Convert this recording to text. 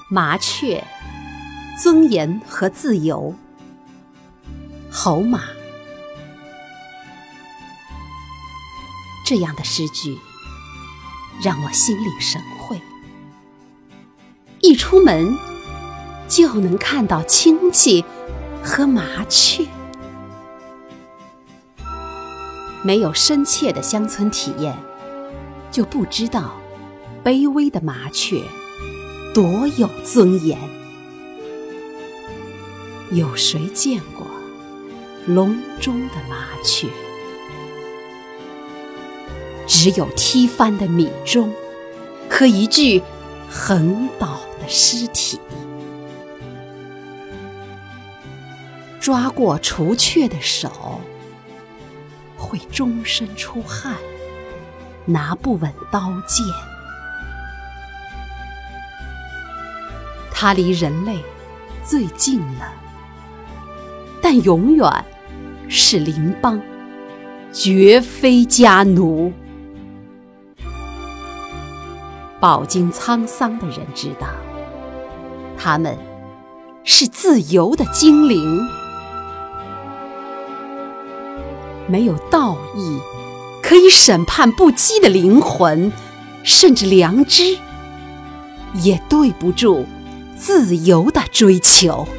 麻雀、尊严和自由，侯马。这样的诗句让我心领神会，一出门就能看到亲戚和麻雀。没有深切的乡村体验，就不知道卑微的麻雀多有尊严。有谁见过笼中的麻雀？只有踢翻的米钟和一具横倒的尸体。抓过雏雀的手会终身出汗，拿不稳刀剑。它离人类最近了，但永远是邻邦，绝非家奴。饱经沧桑的人知道，他们是自由的精灵。没有道义可以审判不羁的灵魂，甚至良知也对不住自由的追求。